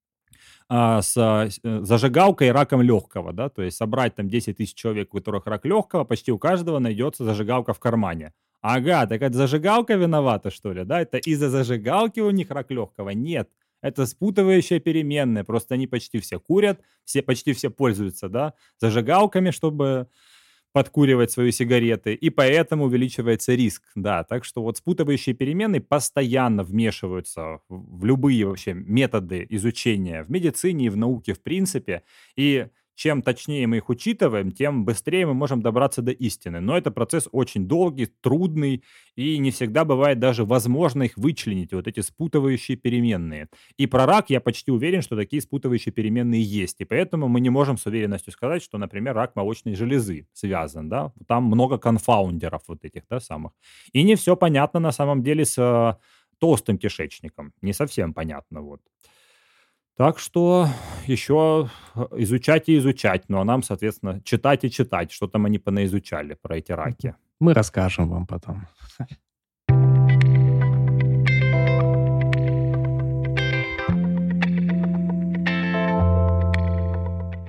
с зажигалкой и раком легкого. Да? То есть собрать там 10 тысяч человек, у которых рак легкого, почти у каждого найдется зажигалка в кармане. Ага, так это зажигалка виновата, что ли? Да? Это из-за зажигалки у них рак легкого? Нет. Это спутывающая переменная, просто они почти все курят, почти все пользуются, да, зажигалками, чтобы подкуривать свои сигареты, и поэтому увеличивается риск, да. Так что вот спутывающие переменные постоянно вмешиваются в любые вообще методы изучения в медицине и в науке в принципе, и чем точнее мы их учитываем, тем быстрее мы можем добраться до истины. Но это процесс очень долгий, трудный, и не всегда бывает даже возможно их вычленить, вот эти спутывающие переменные. И про рак я почти уверен, что такие спутывающие переменные есть. И поэтому мы не можем с уверенностью сказать, что, например, рак молочной железы связан. Да? Там много конфаундеров вот этих, да, самых. И не все понятно на самом деле с толстым кишечником. Не совсем понятно, вот. Так что еще изучать и изучать, ну а нам, соответственно, читать и читать, что там они понаизучали про эти раки. Мы расскажем вам потом.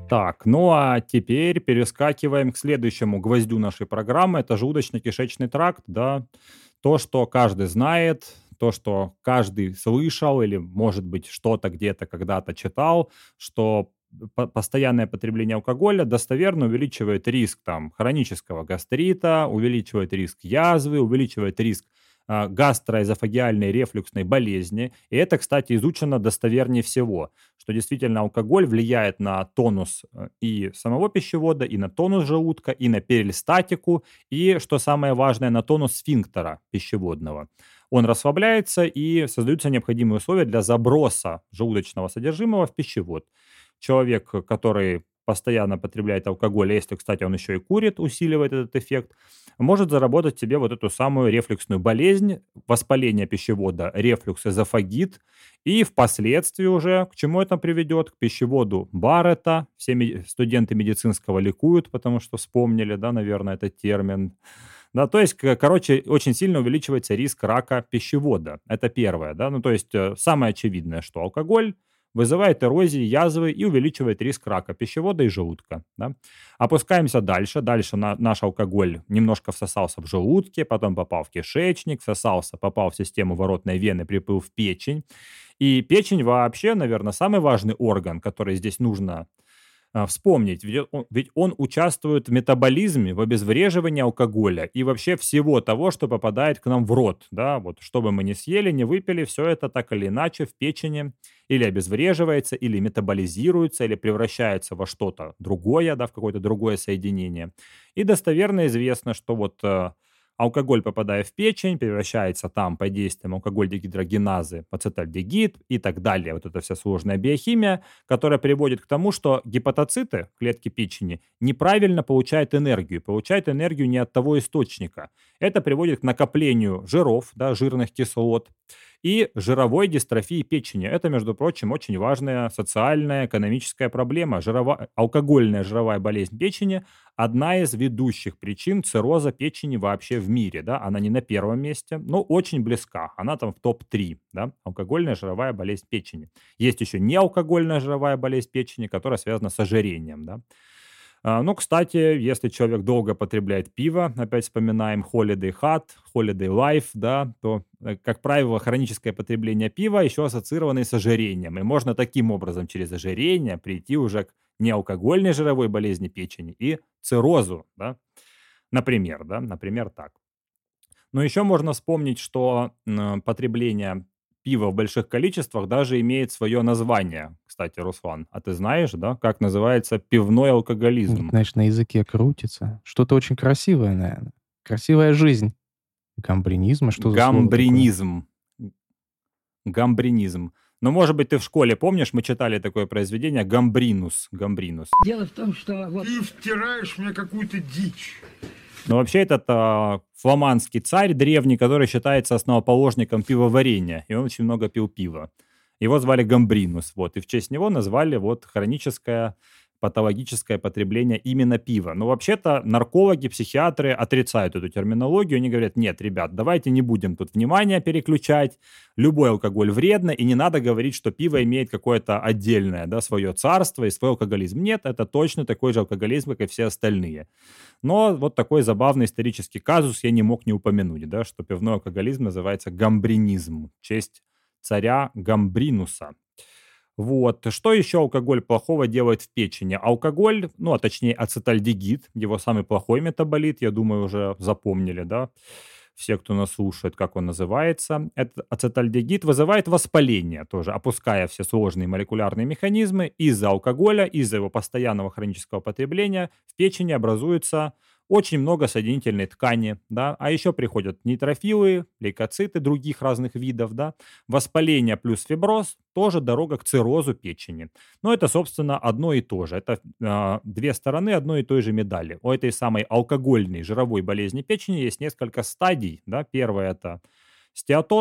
Так, ну а теперь перескакиваем к следующему гвоздю нашей программы. Это желудочно-кишечный тракт, да. То, что каждый знает, то, что каждый слышал или, может быть, что-то где-то когда-то читал, что постоянное потребление алкоголя достоверно увеличивает риск там хронического гастрита, увеличивает риск язвы, увеличивает риск гастроэзофагиальной рефлюксной болезни. И это, кстати, изучено достовернее всего, что действительно алкоголь влияет на тонус и самого пищевода, и на тонус желудка, и на перистальтику, и, что самое важное, на тонус сфинктера пищеводного. Он расслабляется, и создаются необходимые условия для заброса желудочного содержимого в пищевод. Человек, который постоянно потребляет алкоголь, а если, кстати, он еще и курит, усиливает этот эффект, может заработать себе вот эту самую рефлюксную болезнь, воспаление пищевода, рефлюкс-эзофагит, и впоследствии уже к чему это приведет? К пищеводу Баррета. Все студенты медицинского ликуют, потому что вспомнили, да, наверное, этот термин. Да, то есть, короче, очень сильно увеличивается риск рака пищевода. Это первое, да, ну, то есть, самое очевидное, что алкоголь вызывает эрозии, язвы и увеличивает риск рака пищевода и желудка. Да. Опускаемся дальше. Дальше наш алкоголь немножко всосался в желудке, потом попал в кишечник, всосался, попал в систему воротной вены, приплыл в печень. И печень вообще, наверное, самый важный орган, который здесь нужно вспомнить. Ведь он участвует в метаболизме, в обезвреживании алкоголя и вообще всего того, что попадает к нам в рот. Да? Вот, что бы мы ни съели, не выпили, все это так или иначе в печени или обезвреживается, или метаболизируется, или превращается во что-то другое, да, в какое-то другое соединение. И достоверно известно, что вот алкоголь, попадая в печень, превращается там под действием алкоголь-дегидрогеназы в ацетальдегид и так далее. Вот эта вся сложная биохимия, которая приводит к тому, что гепатоциты, клетки печени, неправильно получают энергию не от того источника. Это приводит к накоплению жиров, да, жирных кислот, и жировой дистрофии печени. Это, между прочим, очень важная социальная, экономическая проблема. Алкогольная жировая болезнь печени – одна из ведущих причин цирроза печени вообще в мире. Да? Она не на первом месте, но очень близка. Она там в топ-3. Да? Алкогольная жировая болезнь печени. Есть еще неалкогольная жировая болезнь печени, которая связана с ожирением. Да? Ну, кстати, если человек долго потребляет пиво, опять вспоминаем Holiday Hut, Holiday Life, да, то, как правило, хроническое потребление пива еще ассоциировано с ожирением. И можно таким образом через ожирение прийти уже к неалкогольной жировой болезни печени и циррозу, да, например, так. Но еще можно вспомнить, что потребление пива в больших количествах даже имеет свое название. Кстати, Руслан, а ты знаешь, да, как называется пивной алкоголизм? Знаешь, на языке крутится. Что-то очень красивое, наверное. Красивая жизнь. Гамбринизм, а что за слово такое? Гамбринизм. Но, может быть, ты в школе помнишь, мы читали такое произведение «Гамбринус». Дело в том, что вот Ты втираешь мне какую-то дичь. Но вообще этот фламандский царь древний, который считается основоположником пивоварения, и он очень много пил пива. Его звали Гамбринус, вот, и в честь него назвали вот хроническое патологическое потребление именно пива. Но вообще-то наркологи, психиатры отрицают эту терминологию, они говорят: нет, ребят, давайте не будем тут внимание переключать, любой алкоголь вредно, и не надо говорить, что пиво имеет какое-то отдельное, да, свое царство и свой алкоголизм. Нет, это точно такой же алкоголизм, как и все остальные. Но вот такой забавный исторический казус я не мог не упомянуть, да, что пивной алкоголизм называется гамбринизм в честь царя Гамбринуса. Вот. Что еще алкоголь плохого делает в печени? Алкоголь, ну, а точнее ацетальдегид, его самый плохой метаболит, я думаю, уже запомнили, да, все, кто нас слушает, как он называется. Этот ацетальдегид вызывает воспаление тоже, опуская все сложные молекулярные механизмы. Из-за алкоголя, из-за его постоянного хронического потребления в печени образуется очень много соединительной ткани, да, а еще приходят нейтрофилы, лейкоциты других разных видов, да, воспаление плюс фиброз, тоже дорога к циррозу печени. Но это, собственно, одно и то же. Это две стороны одной и той же медали. У этой самой алкогольной жировой болезни печени есть несколько стадий, да. Первая – это стеатоз,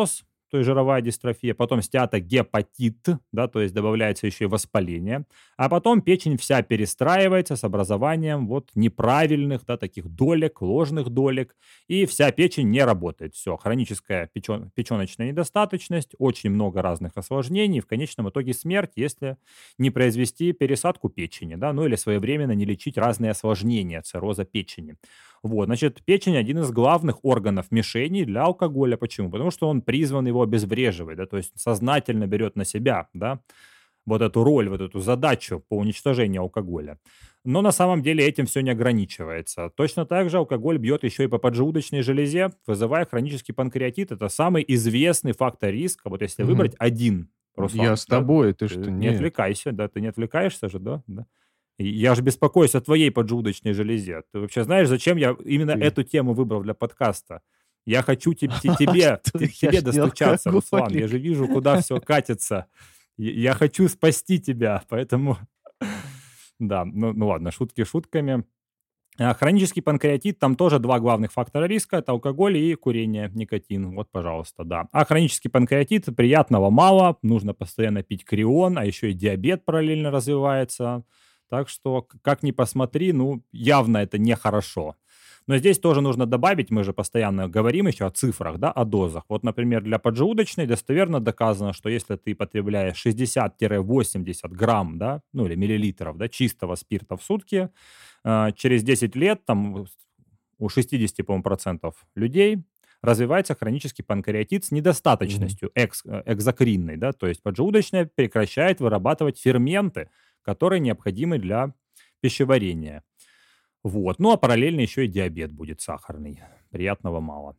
то есть жировая дистрофия, потом стеатогепатит, да, то есть добавляется еще и воспаление, а потом печень вся перестраивается с образованием вот неправильных, да, таких долек, ложных долек, и вся печень не работает. Все, хроническая печеночная недостаточность, очень много разных осложнений, в конечном итоге смерть, если не произвести пересадку печени, да, ну или своевременно не лечить разные осложнения цирроза печени. Вот, значит, печень один из главных органов мишени для алкоголя. Почему? Потому что он призван его обезвреживать, да, то есть сознательно берет на себя, да, вот эту роль, вот эту задачу по уничтожению алкоголя. Но на самом деле этим все не ограничивается. Точно так же алкоголь бьет еще и по поджелудочной железе, вызывая хронический панкреатит. Это самый известный фактор риска. Вот если выбрать один, Руслан, Я с да, тобой, ты ты что, не нет. отвлекайся, да, ты не отвлекаешься же, да? Да. И я же беспокоюсь о твоей поджелудочной железе. Ты вообще знаешь, зачем я именно Ты- эту тему выбрал для подкаста? Я хочу тебе Я тебе ж не достучаться, Руслан. Я алкоголик. же вижу, куда все катится. Я хочу спасти тебя, поэтому... Да, ну ладно, шутки шутками. Хронический панкреатит, там тоже два главных фактора риска. Это алкоголь и курение, никотин. Вот, пожалуйста, да. А хронический панкреатит, приятного мало. Нужно постоянно пить крион, а еще и диабет параллельно развивается. Так что, как ни посмотри, ну, явно это нехорошо. Но здесь тоже нужно добавить, мы же постоянно говорим еще о цифрах, да, о дозах. Вот, например, для поджелудочной достоверно доказано, что если ты потребляешь 60-80 грамм, да, ну или миллилитров, да, чистого спирта в сутки, через 10 лет там у 60, по-моему, процентов людей развивается хронический панкреатит с недостаточностью экзокринной, да, то есть поджелудочная прекращает вырабатывать ферменты, которые необходимы для пищеварения. Вот. Ну, а параллельно еще и диабет будет сахарный. Приятного мало.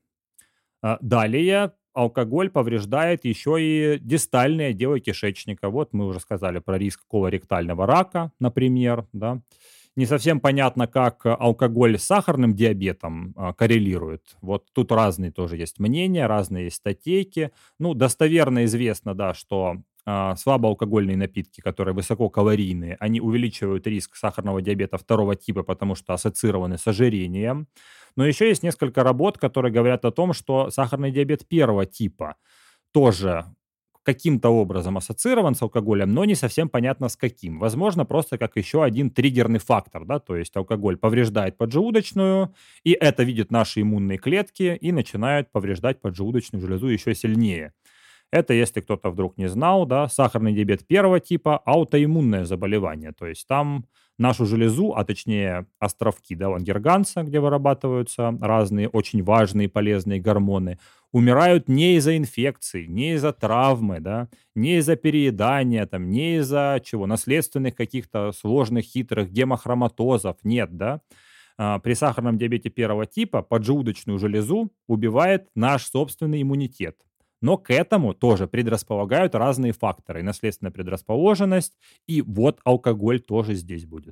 Далее алкоголь повреждает еще и дистальные отделы кишечника. Вот мы уже сказали про риск колоректального рака, например. Да. Не совсем понятно, как алкоголь с сахарным диабетом коррелирует. Вот тут разные тоже есть мнения, разные есть статейки. Ну, достоверно известно, да, что слабоалкогольные напитки, которые высококалорийные, они увеличивают риск сахарного диабета второго типа, потому что ассоциированы с ожирением. Но еще есть несколько работ, которые говорят о том, что сахарный диабет первого типа тоже каким-то образом ассоциирован с алкоголем, но не совсем понятно с каким. Возможно, просто как еще один триггерный фактор, да, то есть алкоголь повреждает поджелудочную, и это видят наши иммунные клетки и начинают повреждать поджелудочную железу еще сильнее. Это, если кто-то вдруг не знал, да, сахарный диабет первого типа– аутоиммунное заболевание. То есть там нашу железу, а точнее островки, да, Лангерганса, где вырабатываются разные очень важные полезные гормоны, умирают не из-за инфекций, не из-за травмы, да, не из-за переедания, там, не из-за чего, наследственных каких-то сложных, хитрых гемохроматозов, нет, да. При сахарном диабете первого типа поджелудочную железу убивает наш собственный иммунитет. Но к этому тоже предрасполагают разные факторы. Наследственная предрасположенность, и вот алкоголь тоже здесь будет.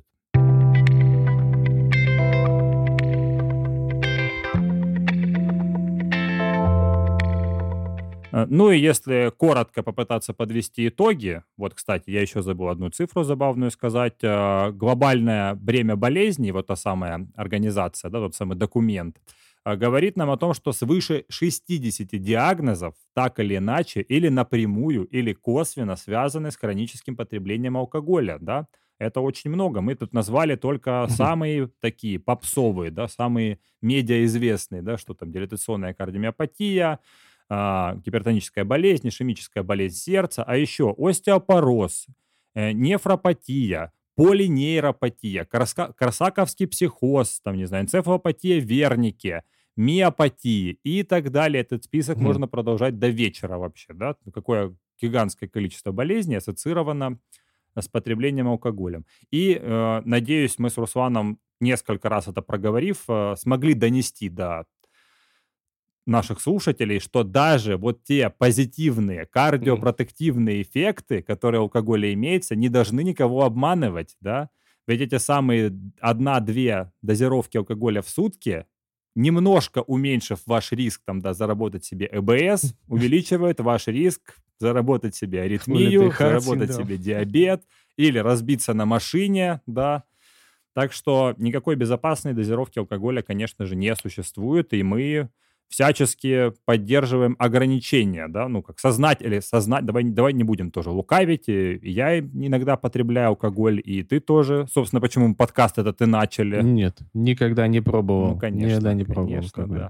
Ну и если коротко попытаться подвести итоги, вот, кстати, я еще забыл одну цифру забавную сказать. Глобальное бремя болезней, вот та самая организация, да, тот самый документ, говорит нам о том, что свыше 60 диагнозов так или иначе, или напрямую, или косвенно связаны с хроническим потреблением алкоголя, да. Это очень много. Мы тут назвали только самые такие попсовые, да, самые медиаизвестные, да, что там дилатационная кардиомиопатия, гипертоническая болезнь, ишемическая болезнь сердца, а еще остеопороз, нефропатия, полинейропатия, корсаковский психоз, там, не знаю, энцефалопатия Вернике, миопатии и так далее. Этот список можно продолжать до вечера вообще, да? Какое гигантское количество болезней ассоциировано с потреблением алкоголем. И, надеюсь, мы с Русланом, несколько раз это проговорив, смогли донести до наших слушателей, что даже вот те позитивные кардиопротективные эффекты, которые у алкоголя имеются, не должны никого обманывать, да? Ведь эти самые 1-2 дозировки алкоголя в сутки, немножко уменьшив ваш риск там, да, заработать себе ЭБС, увеличивает ваш риск заработать себе аритмию, заработать себе диабет или разбиться на машине, да. Так что никакой безопасной дозировки алкоголя, конечно же, не существует, и мы всячески поддерживаем ограничения, да, ну, как давай не будем тоже лукавить, и я иногда потребляю алкоголь, и ты тоже, собственно, почему мы подкаст этот и начали. Нет, никогда не пробовал. Ну, конечно, никогда не пробовал конечно, алкоголь.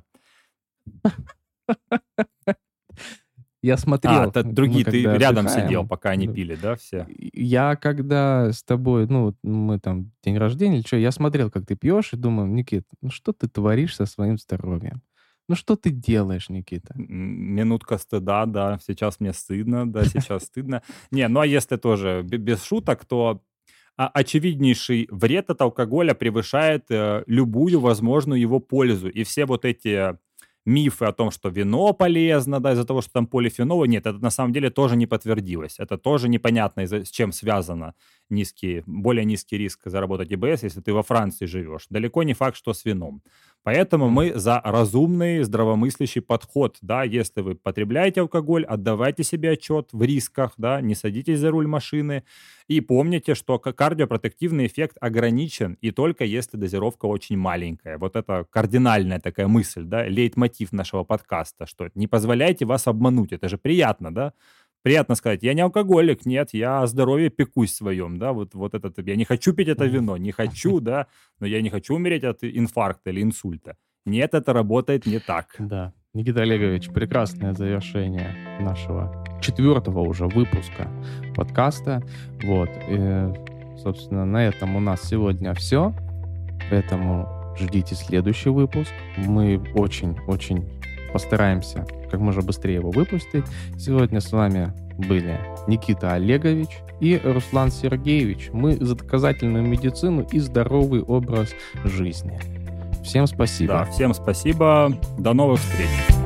да. Я смотрел. Другие, ты когда рядом отдыхаем, сидел, пока они пили, да, все? Я когда с тобой, ну, мы там день рождения или что, я смотрел, как ты пьешь, и думаю, Никит, ну что ты творишь со своим здоровьем? Ну что ты делаешь, Никита? Минутка стыда, да, сейчас мне стыдно, да, сейчас стыдно. Не, ну а если тоже без шуток, то очевиднейший вред от алкоголя превышает любую возможную его пользу. И все вот эти мифы о том, что вино полезно, да, из-за того, что там полифенолы, нет, это на самом деле тоже не подтвердилось. Это тоже непонятно, с чем связано более низкий риск заработать ИБС, если ты во Франции живешь. Далеко не факт, что с вином. Поэтому мы за разумный, здравомыслящий подход, да, если вы потребляете алкоголь, отдавайте себе отчет в рисках, да, не садитесь за руль машины и помните, что кардиопротективный эффект ограничен и только если дозировка очень маленькая. Вот это кардинальная такая мысль, да, лейтмотив нашего подкаста, что не позволяйте вас обмануть, это же приятно, да. Приятно сказать, я не алкоголик, нет, я о здоровье пекусь своем, да, вот это, я не хочу пить это вино, не хочу, да, но я не хочу умереть от инфаркта или инсульта. Нет, это работает не так. Да. Никита Олегович, прекрасное завершение нашего 4-го уже выпуска подкаста. Вот. И, собственно, на этом у нас сегодня все. Поэтому ждите следующий выпуск. Мы очень-очень постараемся как можно быстрее его выпустить. Сегодня с вами были Никита Олегович и Руслан Сергеевич. Мы за доказательную медицину и здоровый образ жизни. Всем спасибо. Да, всем спасибо. До новых встреч.